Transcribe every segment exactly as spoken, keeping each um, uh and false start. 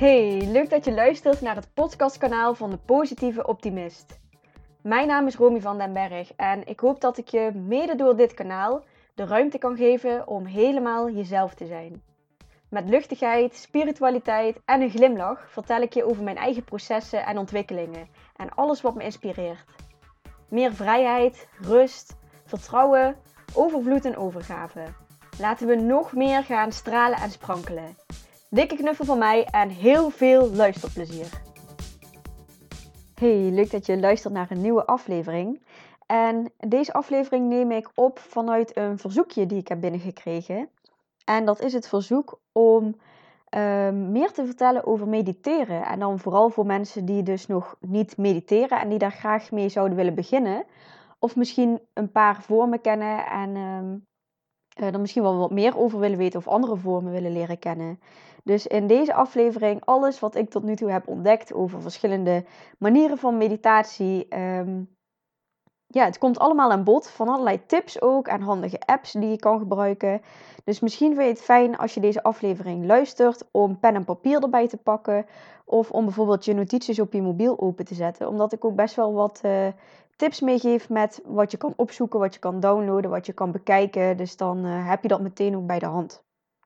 Hey, leuk dat je luistert naar het podcastkanaal van de Positieve Optimist. Mijn naam is Romy van den Berg en ik hoop dat ik je mede door dit kanaal de ruimte kan geven om helemaal jezelf te zijn. Met luchtigheid, spiritualiteit en een glimlach vertel ik je over mijn eigen processen en ontwikkelingen en alles wat me inspireert. Meer vrijheid, rust, vertrouwen, overvloed en overgave. Laten we nog meer gaan stralen en sprankelen. Dikke knuffel van mij en heel veel luisterplezier. Hey, leuk dat je luistert naar een nieuwe aflevering. En deze aflevering neem ik op vanuit een verzoekje die ik heb binnengekregen. En dat is het verzoek om uh, meer te vertellen over mediteren. En dan vooral voor mensen die dus nog niet mediteren en die daar graag mee zouden willen beginnen. Of misschien een paar vormen kennen en uh, er misschien wel wat meer over willen weten of andere vormen willen leren kennen. Dus in deze aflevering alles wat ik tot nu toe heb ontdekt over verschillende manieren van meditatie. Um, ja, het komt allemaal aan bod, van allerlei tips ook en handige apps die je kan gebruiken. Dus misschien vind je het fijn als je deze aflevering luistert om pen en papier erbij te pakken. Of om bijvoorbeeld je notities op je mobiel open te zetten. Omdat ik ook best wel wat uh, tips meegeef met wat je kan opzoeken, wat je kan downloaden, wat je kan bekijken. Dus dan uh, heb je dat meteen ook bij de hand.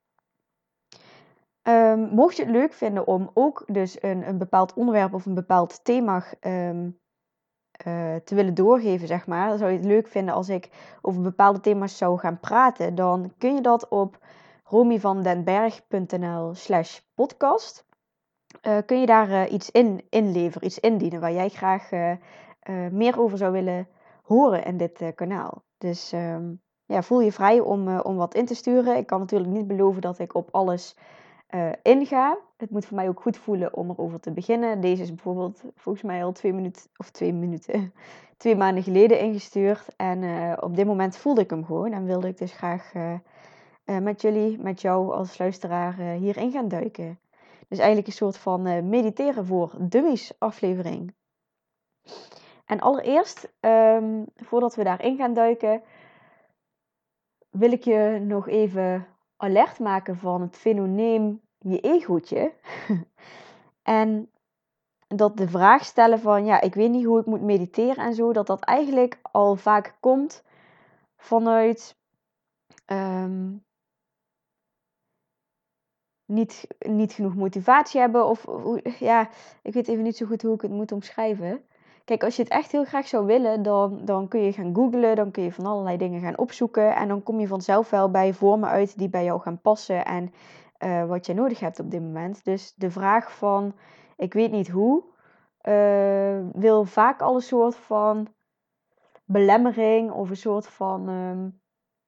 Um, mocht je het leuk vinden om ook dus een, een bepaald onderwerp of een bepaald thema um, uh, te willen doorgeven, zeg maar. Dan zou je het leuk vinden als ik over bepaalde thema's zou gaan praten. Dan kun je dat op romyvandenberg.nl slash podcast. Uh, kun je daar uh, iets in inleveren, iets indienen waar jij graag uh, uh, meer over zou willen horen in dit uh, kanaal. Dus um, ja, voel je vrij om, uh, om wat in te sturen. Ik kan natuurlijk niet beloven dat ik op alles Uh, inga. Het moet voor mij ook goed voelen om erover te beginnen. Deze is bijvoorbeeld volgens mij al twee minuten, of twee minuten, twee maanden geleden ingestuurd. En uh, op dit moment voelde ik hem gewoon en wilde ik dus graag uh, uh, met jullie, met jou als luisteraar uh, hierin gaan duiken. Dus eigenlijk een soort van uh, mediteren voor dummies aflevering. En allereerst, um, voordat we daarin gaan duiken, wil ik je nog even alert maken van het fenomeen je egootje. En dat de vraag stellen van, ja, ik weet niet hoe ik moet mediteren en zo, dat dat eigenlijk al vaak komt vanuit um, niet, niet genoeg motivatie hebben. Of, ja, ik weet even niet zo goed hoe ik het moet omschrijven. Kijk, als je het echt heel graag zou willen, dan, dan kun je gaan googlen, dan kun je van allerlei dingen gaan opzoeken. En dan kom je vanzelf wel bij vormen uit die bij jou gaan passen en uh, wat je nodig hebt op dit moment. Dus de vraag van, ik weet niet hoe, uh, wil vaak al een soort van belemmering of een soort van um,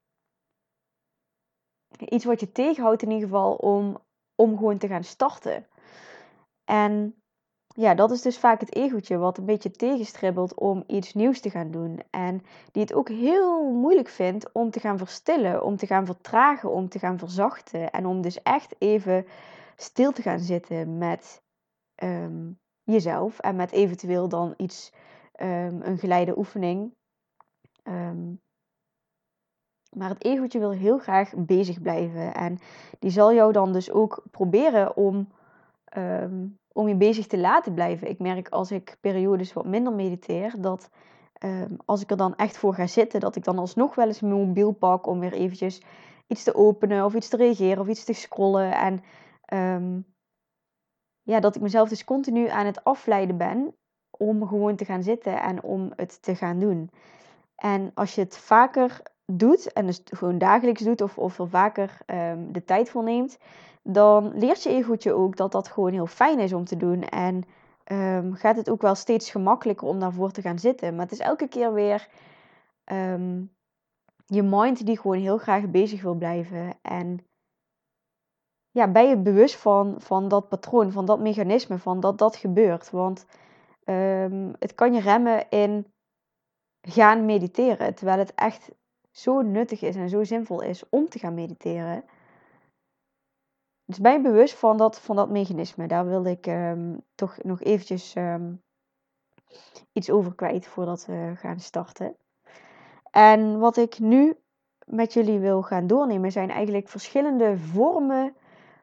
iets wat je tegenhoudt in ieder geval om, om gewoon te gaan starten. En ja, dat is dus vaak het egootje wat een beetje tegenstribbelt om iets nieuws te gaan doen. En die het ook heel moeilijk vindt om te gaan verstillen, om te gaan vertragen, om te gaan verzachten. En om dus echt even stil te gaan zitten met um, jezelf. En met eventueel dan iets, um, een geleide oefening. Um, maar het egootje wil heel graag bezig blijven. En die zal jou dan dus ook proberen om... Um, om je bezig te laten blijven. Ik merk als ik periodes wat minder mediteer, dat um, als ik er dan echt voor ga zitten, dat ik dan alsnog wel eens mijn mobiel pak om weer eventjes iets te openen of iets te reageren of iets te scrollen. En um, ja, dat ik mezelf dus continu aan het afleiden ben om gewoon te gaan zitten en om het te gaan doen. En als je het vaker doet en dus gewoon dagelijks doet of, of er vaker um, de tijd voor neemt, dan leert je egootje ook dat dat gewoon heel fijn is om te doen. En um, gaat het ook wel steeds gemakkelijker om daarvoor te gaan zitten. Maar het is elke keer weer um, je mind die gewoon heel graag bezig wil blijven. En ja, ben je bewust van, van dat patroon, van dat mechanisme, van dat dat gebeurt. Want um, het kan je remmen in gaan mediteren, terwijl het echt zo nuttig is en zo zinvol is om te gaan mediteren. Dus ben je bewust van dat, van dat mechanisme. Daar wilde ik um, toch nog eventjes um, iets over kwijt voordat we gaan starten. En wat ik nu met jullie wil gaan doornemen zijn eigenlijk verschillende vormen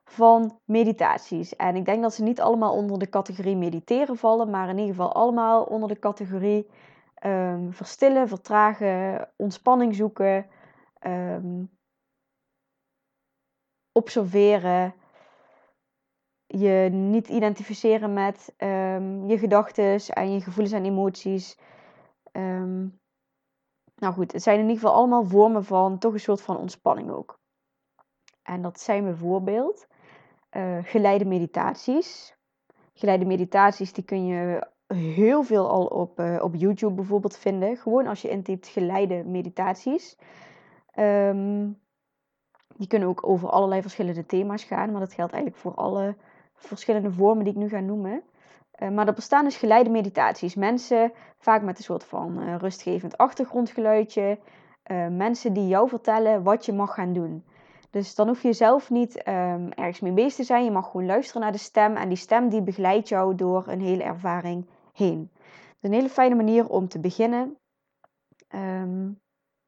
van meditaties. En ik denk dat ze niet allemaal onder de categorie mediteren vallen, maar in ieder geval allemaal onder de categorie um, verstillen, vertragen, ontspanning zoeken, um, observeren, je niet identificeren met um, je gedachten en je gevoelens en emoties. Um, nou goed, het zijn in ieder geval allemaal vormen van toch een soort van ontspanning ook. En dat zijn bijvoorbeeld uh, geleide meditaties. Geleide meditaties die kun je heel veel al op, uh, op YouTube bijvoorbeeld vinden. Gewoon als je intypt geleide meditaties. Um, die kunnen ook over allerlei verschillende thema's gaan. Maar dat geldt eigenlijk voor alle verschillende vormen die ik nu ga noemen. Uh, maar er bestaan dus geleide meditaties. Mensen, vaak met een soort van uh, rustgevend achtergrondgeluidje. Uh, mensen die jou vertellen wat je mag gaan doen. Dus dan hoef je zelf niet um, ergens mee bezig te zijn. Je mag gewoon luisteren naar de stem. En die stem die begeleidt jou door een hele ervaring heen. Het is een hele fijne manier om te beginnen. Um,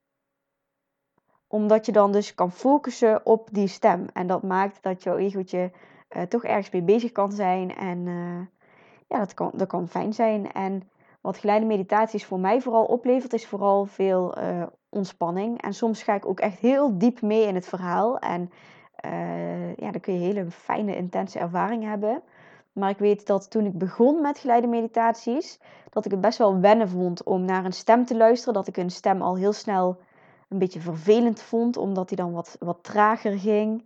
omdat je dan dus kan focussen op die stem. En dat maakt dat jouw egootje uh, toch ergens mee bezig kan zijn. En uh, ja, dat kan, dat kan fijn zijn. En wat geleide meditaties voor mij vooral oplevert, is vooral veel uh, ontspanning. En soms ga ik ook echt heel diep mee in het verhaal. En uh, ja, dan kun je hele fijne, intense ervaringen hebben. Maar ik weet dat toen ik begon met geleide meditaties, dat ik het best wel wennen vond om naar een stem te luisteren. Dat ik een stem al heel snel een beetje vervelend vond, omdat die dan wat, wat trager ging.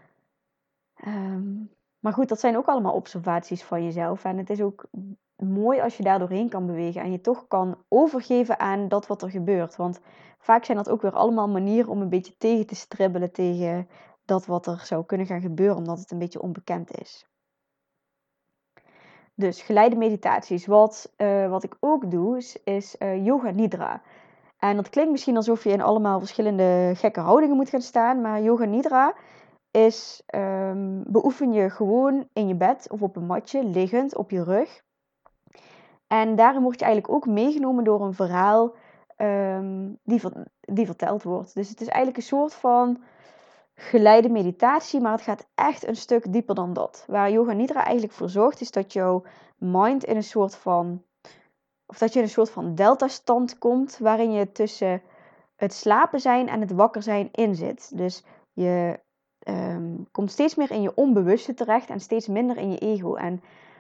Um, maar goed, dat zijn ook allemaal observaties van jezelf. En het is ook mooi als je daar doorheen kan bewegen en je toch kan overgeven aan dat wat er gebeurt. Want vaak zijn dat ook weer allemaal manieren om een beetje tegen te stribbelen tegen dat wat er zou kunnen gaan gebeuren, omdat het een beetje onbekend is. Dus geleide meditaties. Wat, uh, wat ik ook doe, is, is uh, yoga nidra. En dat klinkt misschien alsof je in allemaal verschillende gekke houdingen moet gaan staan. Maar yoga nidra is, um, beoefen je gewoon in je bed of op een matje, liggend op je rug. En daarin word je eigenlijk ook meegenomen door een verhaal um, die, die verteld wordt. Dus het is eigenlijk een soort van geleide meditatie, maar het gaat echt een stuk dieper dan dat. Waar yoga nidra eigenlijk voor zorgt, is dat jouw mind in een soort van, of dat je in een soort van delta-stand komt, waarin je tussen het slapen zijn en het wakker zijn in zit. Dus je um, komt steeds meer in je onbewuste terecht en steeds minder in je ego. En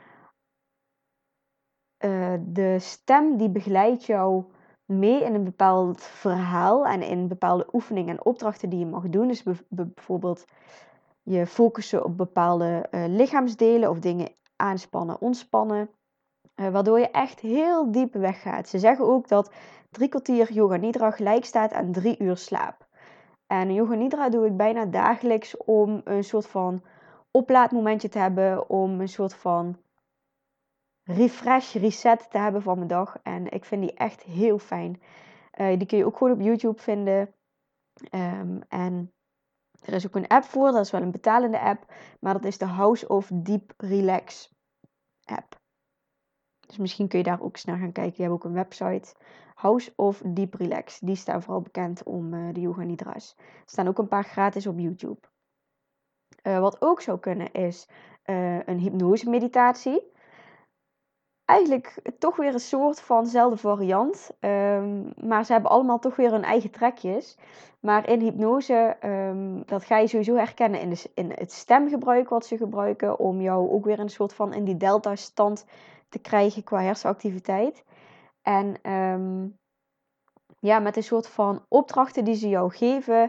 uh, de stem die begeleidt jou mee in een bepaald verhaal en in bepaalde oefeningen en opdrachten die je mag doen. Dus bijvoorbeeld je focussen op bepaalde uh, lichaamsdelen of dingen aanspannen, ontspannen. Uh, waardoor je echt heel diep weggaat. Ze zeggen ook dat drie kwartier yoga nidra gelijk staat aan drie uur slaap. En yoga nidra doe ik bijna dagelijks om een soort van oplaadmomentje te hebben. Om een soort van refresh, reset te hebben van mijn dag. En ik vind die echt heel fijn. Uh, die kun je ook gewoon op YouTube vinden. Um, en er is ook een app voor. Dat is wel een betalende app. Maar dat is de House of Deep Relax app. Dus misschien kun je daar ook eens naar gaan kijken. Die hebben ook een website. House of Deep Relax. Die staan vooral bekend om uh, de yoga nidra's. Er staan ook een paar gratis op YouTube. Uh, wat ook zou kunnen is uh, een hypnose meditatie. Eigenlijk toch weer een soort vanzelfde variant. Um, maar ze hebben allemaal toch weer hun eigen trekjes. Maar in hypnose, um, dat ga je sowieso herkennen in, de, in het stemgebruik wat ze gebruiken. Om jou ook weer een soort van in die delta stand te krijgen qua hersenactiviteit. En um, ja, met een soort van opdrachten die ze jou geven,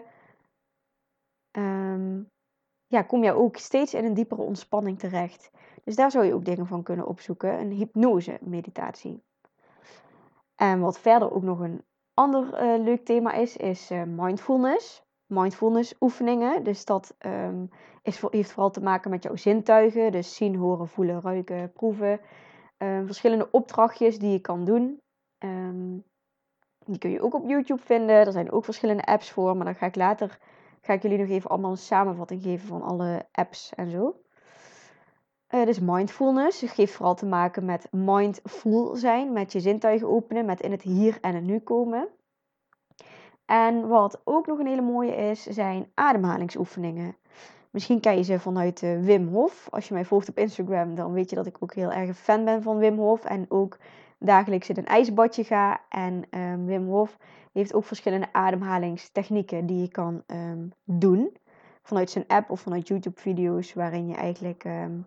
um, ja, kom je ook steeds in een diepere ontspanning terecht. Dus daar zou je ook dingen van kunnen opzoeken. Een hypnose meditatie. En wat verder ook nog een ander uh, leuk thema is, is uh, mindfulness. Mindfulness oefeningen. Dus dat um, is voor, heeft vooral te maken met jouw zintuigen. Dus zien, horen, voelen, ruiken, proeven. Uh, verschillende opdrachtjes die je kan doen. Um, die kun je ook op YouTube vinden. Er zijn ook verschillende apps voor. Maar dan ga ik later ga ik jullie nog even allemaal een samenvatting geven van alle apps en zo. Uh, dus mindfulness. Het heeft vooral te maken met mindful zijn. Met je zintuigen openen. Met in het hier en het nu komen. En wat ook nog een hele mooie is, zijn ademhalingsoefeningen. Misschien ken je ze vanuit uh, Wim Hof. Als je mij volgt op Instagram, dan weet je dat ik ook heel erg een fan ben van Wim Hof. En ook dagelijks in een ijsbadje ga. En um, Wim Hof heeft ook verschillende ademhalingstechnieken die je kan um, doen. Vanuit zijn app of vanuit YouTube-video's, waarin je eigenlijk, um,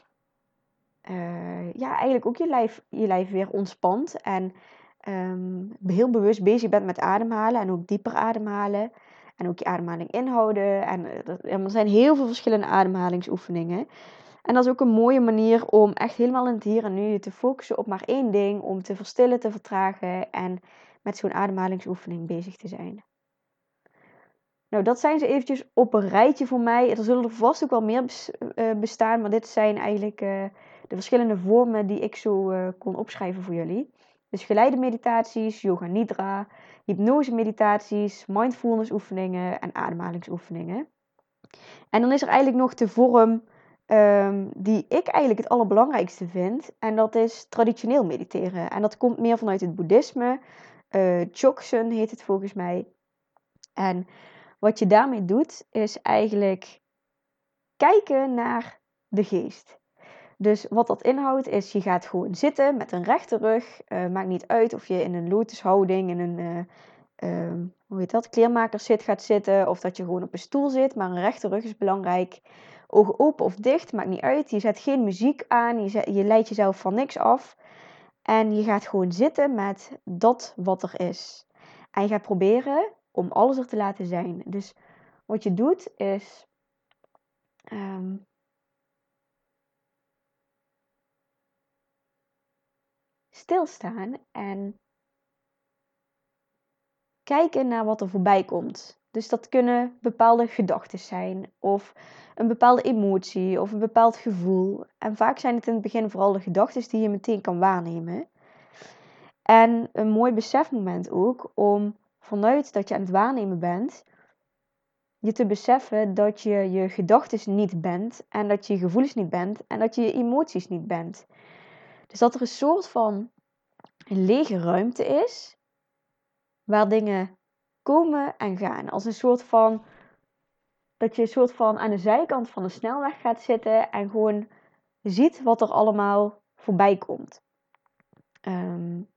uh, ja, eigenlijk ook je lijf, je lijf weer ontspant. En um, heel bewust bezig bent met ademhalen en ook dieper ademhalen. En ook je ademhaling inhouden. En er zijn heel veel verschillende ademhalingsoefeningen. En dat is ook een mooie manier om echt helemaal in het hier en nu te focussen op maar één ding. Om te verstillen, te vertragen en met zo'n ademhalingsoefening bezig te zijn. Nou, dat zijn ze eventjes op een rijtje voor mij. Er zullen er vast ook wel meer bestaan. Maar dit zijn eigenlijk uh, de verschillende vormen die ik zo uh, kon opschrijven voor jullie. Dus geleide meditaties, yoga nidra, hypnose meditaties, mindfulness oefeningen en ademhalingsoefeningen. En dan is er eigenlijk nog de vorm um, die ik eigenlijk het allerbelangrijkste vind. En dat is traditioneel mediteren. En dat komt meer vanuit het boeddhisme. Uh, Dzogchen heet het volgens mij. En wat je daarmee doet is eigenlijk kijken naar de geest. Dus wat dat inhoudt is, je gaat gewoon zitten met een rechte rug. Uh, maakt niet uit of je in een lotushouding, in een uh, uh, hoe heet dat, kleermakerszit gaat zitten. Of dat je gewoon op een stoel zit, maar een rechte rug is belangrijk. Ogen open of dicht, maakt niet uit. Je zet geen muziek aan, je, zet, je leidt jezelf van niks af. En je gaat gewoon zitten met dat wat er is. En je gaat proberen om alles er te laten zijn. Dus wat je doet is um, stilstaan en kijken naar wat er voorbij komt. Dus dat kunnen bepaalde gedachten zijn, of een bepaalde emotie, of een bepaald gevoel. En vaak zijn het in het begin vooral de gedachten die je meteen kan waarnemen. En een mooi besefmoment ook, om vanuit dat je aan het waarnemen bent, je te beseffen dat je je gedachten niet bent, en dat je je gevoelens niet bent, en dat je je emoties niet bent. Dus dat er een soort van lege ruimte is, waar dingen komen en gaan. Als een soort van, dat je een soort van aan de zijkant van de snelweg gaat zitten en gewoon ziet wat er allemaal voorbij komt. Um,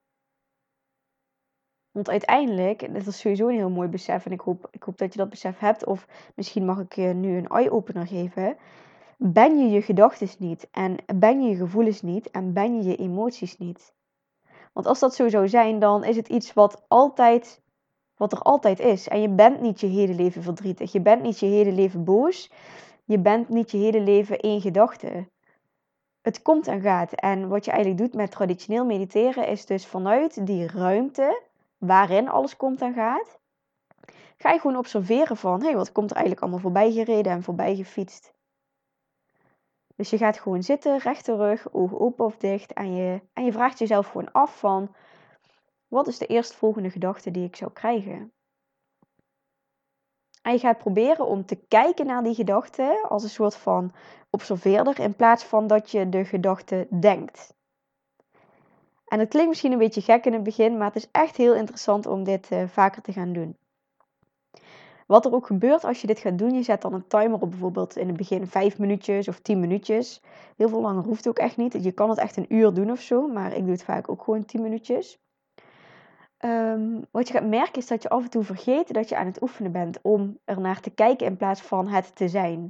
want uiteindelijk, dat is sowieso een heel mooi besef en ik hoop, ik hoop dat je dat besef hebt, of misschien mag ik je nu een eye-opener geven. Ben je je gedachten niet en ben je je gevoelens niet en ben je je emoties niet? Want als dat zo zou zijn, dan is het iets wat altijd, wat er altijd is. En je bent niet je hele leven verdrietig. Je bent niet je hele leven boos. Je bent niet je hele leven één gedachte. Het komt en gaat. En wat je eigenlijk doet met traditioneel mediteren is dus vanuit die ruimte waarin alles komt en gaat, ga je gewoon observeren van, hé, hey, wat komt er eigenlijk allemaal voorbij gereden en voorbij gefietst. Dus je gaat gewoon zitten, rechte rug, ogen open of dicht. En je, en je vraagt jezelf gewoon af van, wat is de eerstvolgende gedachte die ik zou krijgen? En je gaat proberen om te kijken naar die gedachte als een soort van observeerder, in plaats van dat je de gedachte denkt. En het klinkt misschien een beetje gek in het begin, maar het is echt heel interessant om dit uh, vaker te gaan doen. Wat er ook gebeurt als je dit gaat doen, je zet dan een timer op, bijvoorbeeld in het begin vijf minuutjes of tien minuutjes. Heel veel langer hoeft ook echt niet. Je kan het echt een uur doen of zo, maar ik doe het vaak ook gewoon tien minuutjes. Um, wat je gaat merken is dat je af en toe vergeet dat je aan het oefenen bent om er naar te kijken in plaats van het te zijn.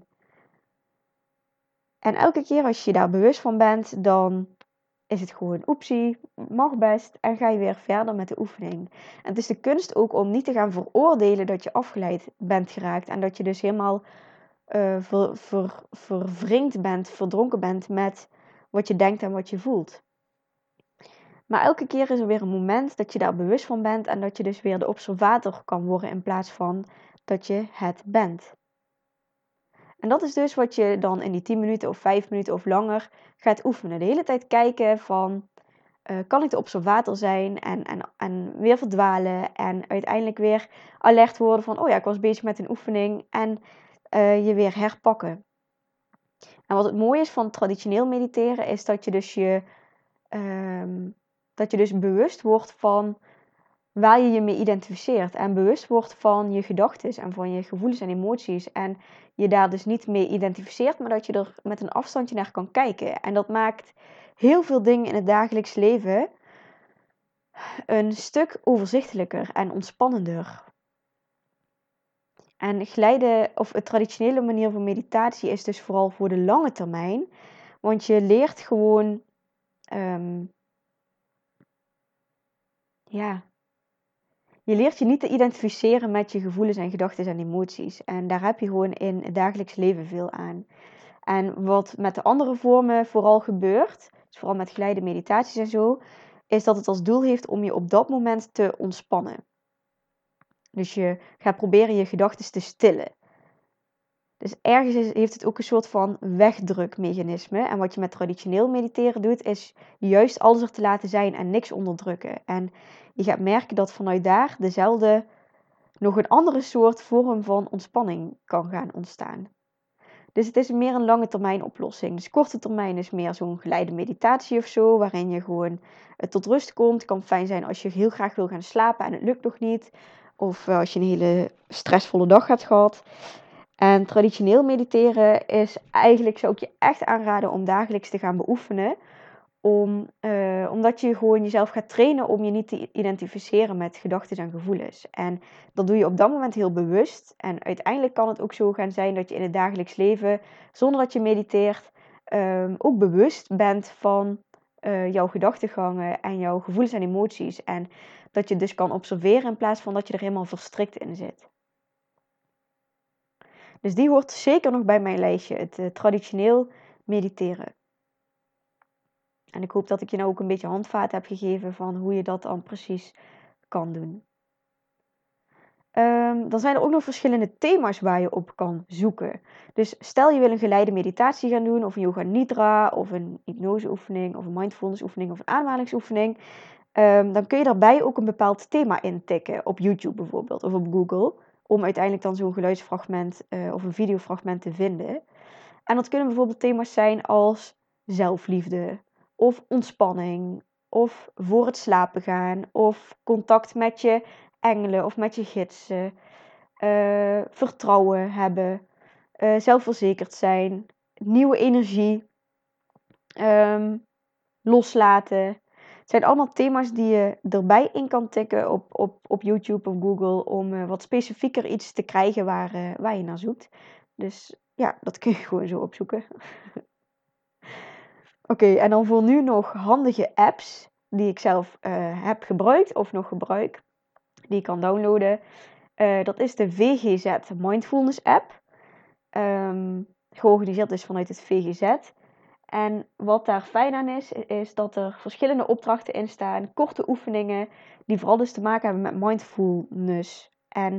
En elke keer als je je daar bewust van bent, dan is het gewoon oepsie, mag best en ga je weer verder met de oefening. En het is de kunst ook om niet te gaan veroordelen dat je afgeleid bent geraakt en dat je dus helemaal uh, ver, ver, vervringd bent, verdronken bent met wat je denkt en wat je voelt. Maar elke keer is er weer een moment dat je daar bewust van bent en dat je dus weer de observator kan worden in plaats van dat je het bent. En dat is dus wat je dan in die tien minuten of vijf minuten of langer gaat oefenen. De hele tijd kijken van, uh, kan ik de observator zijn en, en, en weer verdwalen en uiteindelijk weer alert worden van, oh ja, ik was bezig met een oefening en uh, je weer herpakken. En wat het mooie is van traditioneel mediteren is dat je dus je... Um, Dat je dus bewust wordt van waar je je mee identificeert. En bewust wordt van je gedachten en van je gevoelens en emoties. En je daar dus niet mee identificeert, maar dat je er met een afstandje naar kan kijken. En dat maakt heel veel dingen in het dagelijks leven een stuk overzichtelijker en ontspannender. En glijden, of een traditionele manier van meditatie is dus vooral voor de lange termijn. Want je leert gewoon, um, ja, je leert je niet te identificeren met je gevoelens en gedachten en emoties. En daar heb je gewoon in het dagelijks leven veel aan. En wat met de andere vormen vooral gebeurt, dus vooral met geleide meditaties en zo, is dat het als doel heeft om je op dat moment te ontspannen. Dus je gaat proberen je gedachten te stillen. Dus ergens is, heeft het ook een soort van wegdrukmechanisme. En wat je met traditioneel mediteren doet, is juist alles er te laten zijn en niks onderdrukken. En je gaat merken dat vanuit daar dezelfde, nog een andere soort vorm van ontspanning kan gaan ontstaan. Dus het is meer een lange termijn oplossing. Dus korte termijn is meer zo'n geleide meditatie of zo, waarin je gewoon tot rust komt. Het kan fijn zijn als je heel graag wil gaan slapen en het lukt nog niet. Of als je een hele stressvolle dag hebt gehad. En traditioneel mediteren is eigenlijk, zou ik je echt aanraden om dagelijks te gaan beoefenen. Om, uh, omdat je gewoon jezelf gaat trainen om je niet te identificeren met gedachten en gevoelens. En dat doe je op dat moment heel bewust. En uiteindelijk kan het ook zo gaan zijn dat je in het dagelijks leven, zonder dat je mediteert, um, ook bewust bent van uh, jouw gedachtegangen en jouw gevoelens en emoties. En dat je dus kan observeren in plaats van dat je er helemaal verstrikt in zit. Dus die hoort zeker nog bij mijn lijstje, het uh, traditioneel mediteren. En ik hoop dat ik je nou ook een beetje handvaten heb gegeven van hoe je dat dan precies kan doen. Um, dan zijn er ook nog verschillende thema's waar je op kan zoeken. Dus stel je wil een geleide meditatie gaan doen, of een yoga nidra, of een hypnoseoefening, of een mindfulness oefening, of een ademhalingsoefening. Um, dan kun je daarbij ook een bepaald thema intikken, op YouTube bijvoorbeeld, of op Google, om uiteindelijk dan zo'n geluidsfragment uh, of een videofragment te vinden. En dat kunnen bijvoorbeeld thema's zijn als zelfliefde, of ontspanning, of voor het slapen gaan, of contact met je engelen of met je gidsen, uh, vertrouwen hebben, uh, zelfverzekerd zijn, nieuwe energie, um, loslaten. Het zijn allemaal thema's die je erbij in kan tikken op, op, op YouTube of Google om uh, wat specifieker iets te krijgen waar, uh, waar je naar zoekt. Dus ja, dat kun je gewoon zo opzoeken. Oké, okay, en dan voor nu nog handige apps die ik zelf uh, heb gebruikt of nog gebruik, die je kan downloaden. Uh, dat is de V G Z Mindfulness app. Um, georganiseerd dus vanuit het V G Z. En wat daar fijn aan is, is dat er verschillende opdrachten in staan. Korte oefeningen, die vooral dus te maken hebben met mindfulness. En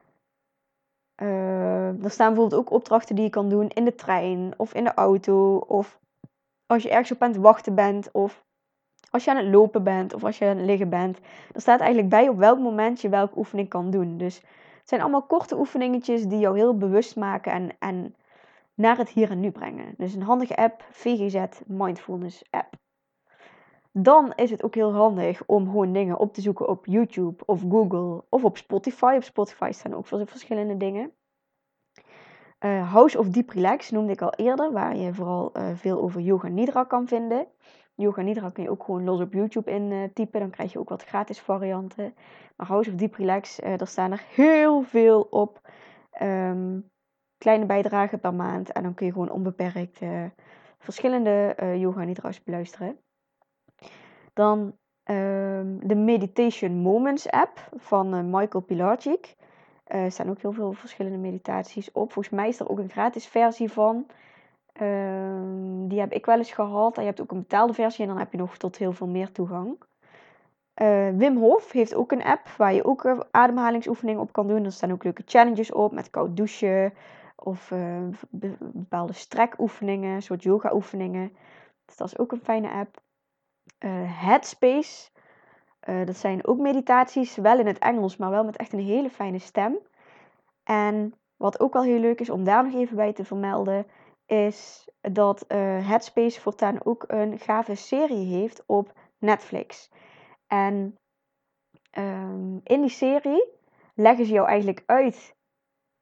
uh, er staan bijvoorbeeld ook opdrachten die je kan doen in de trein of in de auto. Of als je ergens op aan het wachten bent. Of als je aan het lopen bent of als je aan het liggen bent. Er staat eigenlijk bij op welk moment je welke oefening kan doen. Dus het zijn allemaal korte oefeningetjes die jou heel bewust maken en, en naar het hier en nu brengen. Dus een handige app, V G Z Mindfulness app. Dan is het ook heel handig om gewoon dingen op te zoeken op YouTube of Google of op Spotify. Op Spotify staan ook veel verschillende dingen. Uh, House of Deep Relax noemde ik al eerder, waar je vooral uh, veel over yoga nidra kan vinden. Yoga nidra kun je ook gewoon los op YouTube intypen, uh, dan krijg je ook wat gratis varianten. Maar House of Deep Relax, uh, daar staan er heel veel op. Um, kleine bijdragen per maand en dan kun je gewoon onbeperkt uh, verschillende uh, yoga nidra's beluisteren. Dan um, de Meditation Moments app van uh, Michael Pilarczyk. Er uh, staan ook heel veel verschillende meditaties op. Volgens mij is er ook een gratis versie van. Uh, die heb ik wel eens gehad. En je hebt ook een betaalde versie en dan heb je nog tot heel veel meer toegang. Uh, Wim Hof heeft ook een app waar je ook uh, ademhalingsoefeningen op kan doen. Er staan ook leuke challenges op met koud douchen. Of uh, be- bepaalde strekoefeningen, een soort yoga oefeningen. Dus dat is ook een fijne app. Uh, Headspace. Uh, dat zijn ook meditaties, wel in het Engels, maar wel met echt een hele fijne stem. En wat ook wel heel leuk is om daar nog even bij te vermelden, is dat uh, Headspace voortaan ook een gave serie heeft op Netflix. En um, in die serie leggen ze jou eigenlijk uit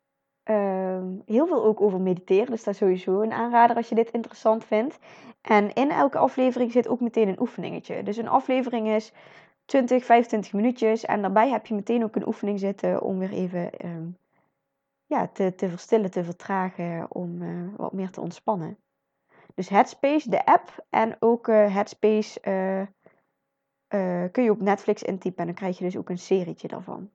Um, heel veel ook over mediteren. Dus dat is sowieso een aanrader als je dit interessant vindt. En in elke aflevering zit ook meteen een oefeningetje. Dus een aflevering is twintig, vijfentwintig minuutjes. En daarbij heb je meteen ook een oefening zitten om weer even um, ja, te, te verstillen, te vertragen. Om uh, wat meer te ontspannen. Dus Headspace, de app. En ook uh, Headspace uh, uh, kun je op Netflix intypen. En dan krijg je dus ook een serietje daarvan.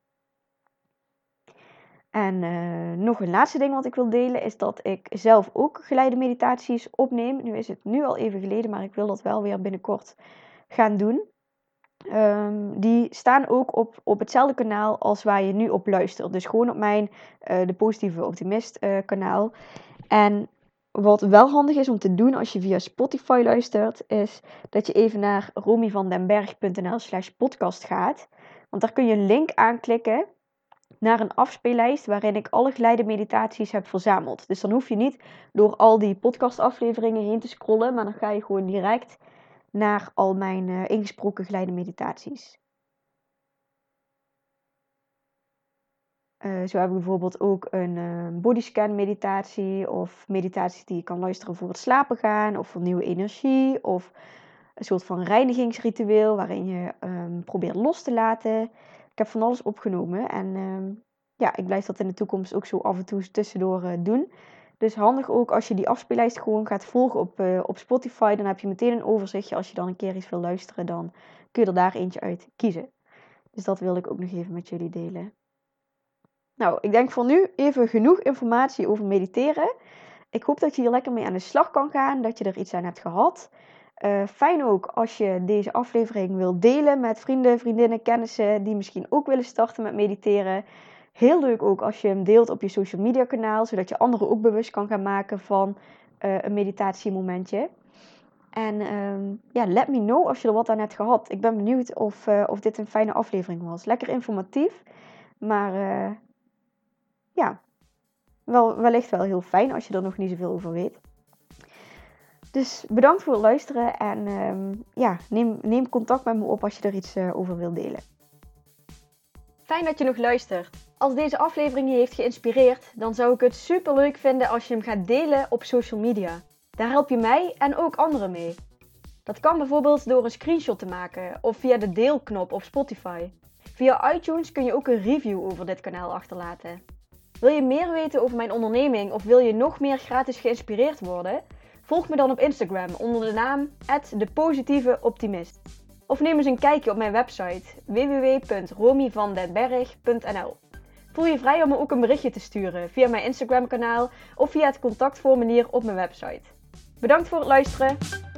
En uh, nog een laatste ding wat ik wil delen is dat ik zelf ook geleide meditaties opneem. Nu is het nu al even geleden, maar ik wil dat wel weer binnenkort gaan doen. Um, die staan ook op, op hetzelfde kanaal als waar je nu op luistert. Dus gewoon op mijn uh, De Positieve Optimist uh, kanaal. En wat wel handig is om te doen als je via Spotify luistert, is dat je even naar romyvandenberg.nl slash podcast gaat. Want daar kun je een link aanklikken naar een afspeellijst waarin ik alle geleide meditaties heb verzameld. Dus dan hoef je niet door al die podcastafleveringen heen te scrollen, maar dan ga je gewoon direct naar al mijn uh, ingesproken geleide meditaties. Uh, zo heb ik bijvoorbeeld ook een uh, bodyscan meditatie of meditaties die je kan luisteren voor het slapen gaan of voor nieuwe energie of een soort van reinigingsritueel waarin je um, probeert los te laten. Ik heb van alles opgenomen en um, ja, ik blijf dat in de toekomst ook zo af en toe tussendoor uh, doen. Dus handig ook als je die afspeellijst gewoon gaat volgen op, uh, op Spotify. Dan heb je meteen een overzichtje. Als je dan een keer iets wil luisteren, dan kun je er daar eentje uit kiezen. Dus dat wil ik ook nog even met jullie delen. Nou, ik denk voor nu even genoeg informatie over mediteren. Ik hoop dat je hier lekker mee aan de slag kan gaan. Dat je er iets aan hebt gehad. Uh, fijn ook als je deze aflevering wilt delen met vrienden, vriendinnen, kennissen die misschien ook willen starten met mediteren. Heel leuk ook als je hem deelt op je social media kanaal, zodat je anderen ook bewust kan gaan maken van uh, een meditatiemomentje. En um, ja, let me know als je er wat aan hebt gehad. Ik ben benieuwd of, uh, of dit een fijne aflevering was. Lekker informatief, maar uh, ja, wel, wellicht wel heel fijn als je er nog niet zoveel over weet. Dus bedankt voor het luisteren en um, ja, neem, neem contact met me op als je er iets uh, over wilt delen. Fijn dat je nog luistert. Als deze aflevering je heeft geïnspireerd, dan zou ik het super leuk vinden als je hem gaat delen op social media. Daar help je mij en ook anderen mee. Dat kan bijvoorbeeld door een screenshot te maken of via de deelknop op Spotify. Via iTunes kun je ook een review over dit kanaal achterlaten. Wil je meer weten over mijn onderneming of wil je nog meer gratis geïnspireerd worden? Volg me dan op Instagram onder de naam at de positieve optimist. Of neem eens een kijkje op mijn website w w w punt romyvandenberg punt n l. Voel je vrij om me ook een berichtje te sturen via mijn Instagram kanaal of via het contactformulier op mijn website. Bedankt voor het luisteren!